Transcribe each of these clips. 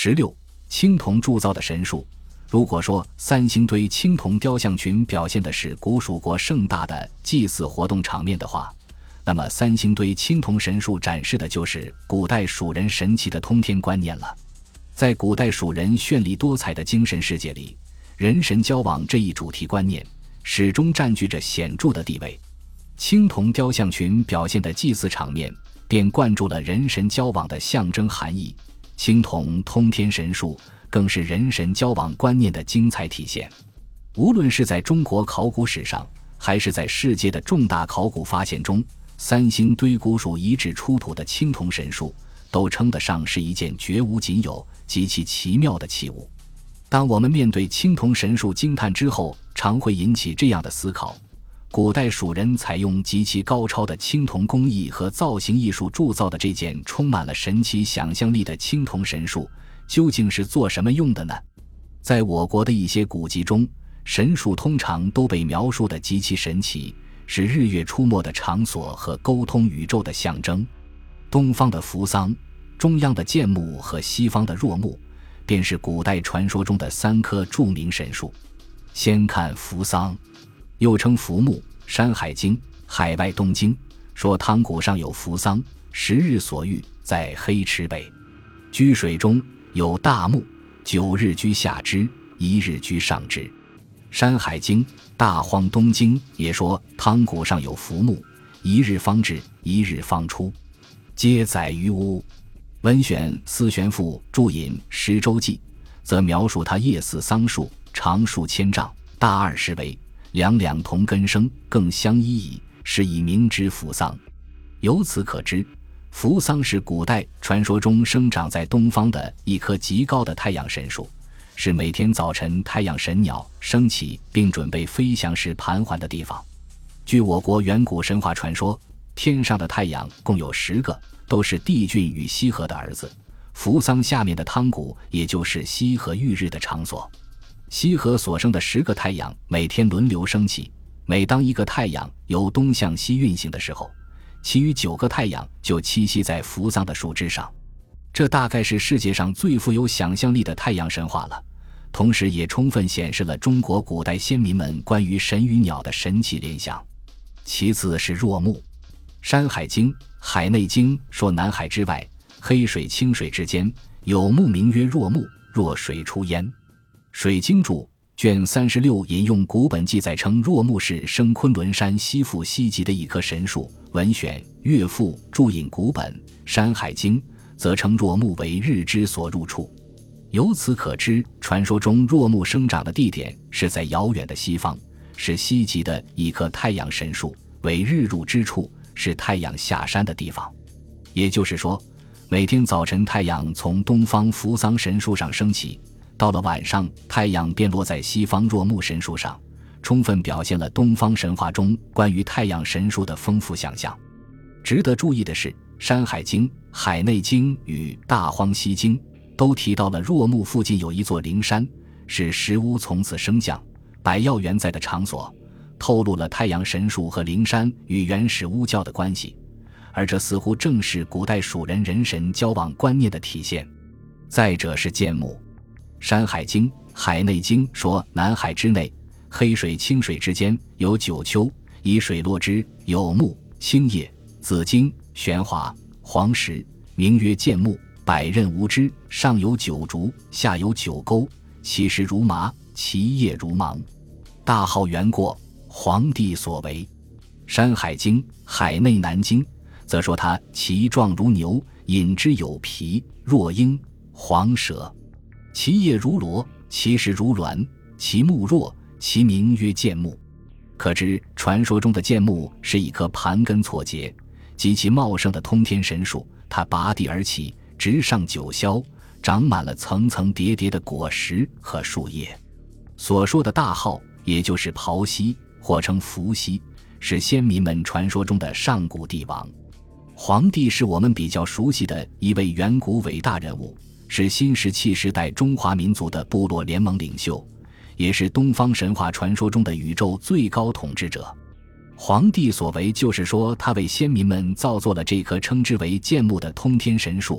16. 青铜铸造的神树。如果说三星堆青铜雕像群表现的是古蜀国盛大的祭祀活动场面的话，那么三星堆青铜神树展示的就是古代蜀人神奇的通天观念了。在古代蜀人绚丽多彩的精神世界里，人神交往这一主题观念始终占据着显著的地位。青铜雕像群表现的祭祀场面便灌注了人神交往的象征含义，青铜通天神树更是人神交往观念的精彩体现。无论是在中国考古史上，还是在世界的重大考古发现中，三星堆古蜀遗址出土的青铜神树都称得上是一件绝无仅有、极其奇妙的器物。当我们面对青铜神树惊叹之后，常会引起这样的思考：古代蜀人采用极其高超的青铜工艺和造型艺术铸造的这件充满了神奇想象力的青铜神树，究竟是做什么用的呢？在我国的一些古籍中，神树通常都被描述得极其神奇，是日月出没的场所和沟通宇宙的象征。东方的扶桑，中央的建木和西方的若木，便是古代传说中的3棵著名神树。先看扶桑，又称扶木，《山海经·海外东经》说汤谷上有扶桑，10日所遇，在黑池北。居水中有大木，9日居下之，1日居上之。《山海经·大荒东经》也说汤谷上有浮木，1日方至，1日方出，皆载于屋。文选司玄父注引《十洲记》，则描述他夜祀桑树，长数千丈，大20围，两两同根生，更相依矣，是以名之扶桑。由此可知，扶桑是古代传说中生长在东方的一棵极高的太阳神树，是每天早晨太阳神鸟升起并准备飞翔时盘桓的地方。据我国远古神话传说，天上的太阳共有10个，都是帝俊与羲和的儿子。扶桑下面的汤谷也就是羲和浴日的场所。羲和所生的10个太阳每天轮流升起，每当一个太阳由东向西运行的时候，其余9个太阳就栖息在扶桑的树枝上。这大概是世界上最富有想象力的太阳神话了，同时也充分显示了中国古代先民们关于神与鸟的神奇联想。其次是若木。《山海经·海内经》说南海之外，黑水清水之间，有木名曰若木，若水出焉。水经注卷36引用古本记载称，若木是生昆仑山西附西极的一棵神树。文选岳父注引古本《山海经》，则称若木为日之所入处。由此可知，传说中若木生长的地点是在遥远的西方，是西极的一棵太阳神树，为日入之处，是太阳下山的地方。也就是说，每天早晨太阳从东方扶桑神树上升起，到了晚上太阳便落在西方若木神树上，充分表现了东方神话中关于太阳神树的丰富想象。值得注意的是，《山海经·海内经》与《大荒西经》都提到了若木附近有一座灵山，是石屋从此升降，百药园在的场所，透露了太阳神树和灵山与原始巫教的关系，而这似乎正是古代蜀人人神交往观念的体现。再者是建木。《山海经·海内经》说南海之内，黑水清水之间，有9丘，以水落之，有木、青叶、紫荆、玄华、黄石，名曰建木，百仞无枝，上有9竹，下有9沟，其实如麻，其叶如芒。大号元过，黄帝所为。《山海经·海内南经》则说它其状如牛，引之有皮，若鹰，黄蛇，其叶如螺，其实如卵，其木弱，其名曰建木。可知传说中的建木是一棵盘根错节、极其茂盛的通天神树，它拔地而起，直上9霄，长满了层层叠叠的果实和树叶。所说的大号也就是庖溪，或称伏羲，是先民们传说中的上古帝王。黄帝是我们比较熟悉的一位远古伟大人物，是新石器时代中华民族的部落联盟领袖，也是东方神话传说中的宇宙最高统治者。黄帝所为就是说，他为先民们造作了这棵称之为建木的通天神树，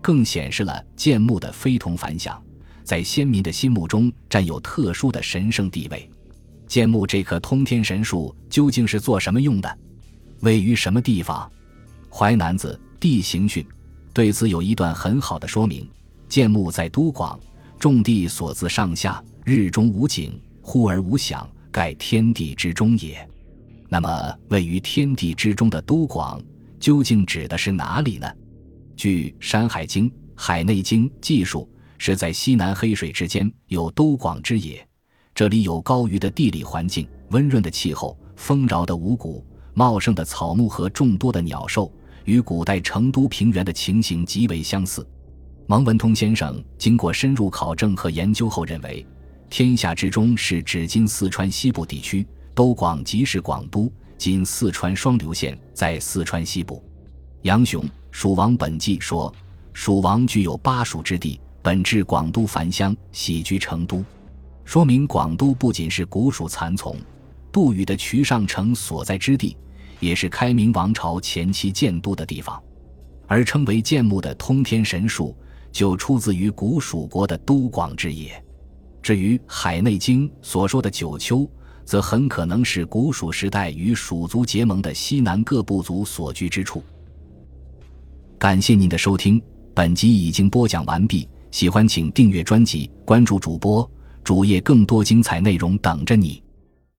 更显示了建木的非同凡响，在先民的心目中占有特殊的神圣地位。建木这棵通天神树究竟是做什么用的？位于什么地方？淮南子《地形训》对此有一段很好的说明：建木在都广，众地所自上下，日中无景，忽而无响，盖天地之中也。那么位于天地之中的都广究竟指的是哪里呢？据《山海经·海内经》记述，是在西南黑水之间有都广之野，这里有高于的地理环境，温润的气候，丰饶的五谷，茂盛的草木和众多的鸟兽，与古代成都平原的情形极为相似。蒙文通先生经过深入考证和研究后认为，天下之中是指今四川西部地区，都广即是广都，今四川双流县在四川西部。杨雄《蜀王本纪》说，蜀王具有巴蜀之地，本至广都繁乡，徙居成都，说明广都不仅是古蜀残从，杜宇的渠上城所在之地，也是开明王朝前期建都的地方。而称为建木的通天神树，就出自于古蜀国的都广之野。至于《海内经》所说的九丘，则很可能是古蜀时代与蜀族结盟的西南各部族所居之处。感谢您的收听，本集已经播讲完毕，喜欢请订阅专辑，关注主播，主页更多精彩内容等着你。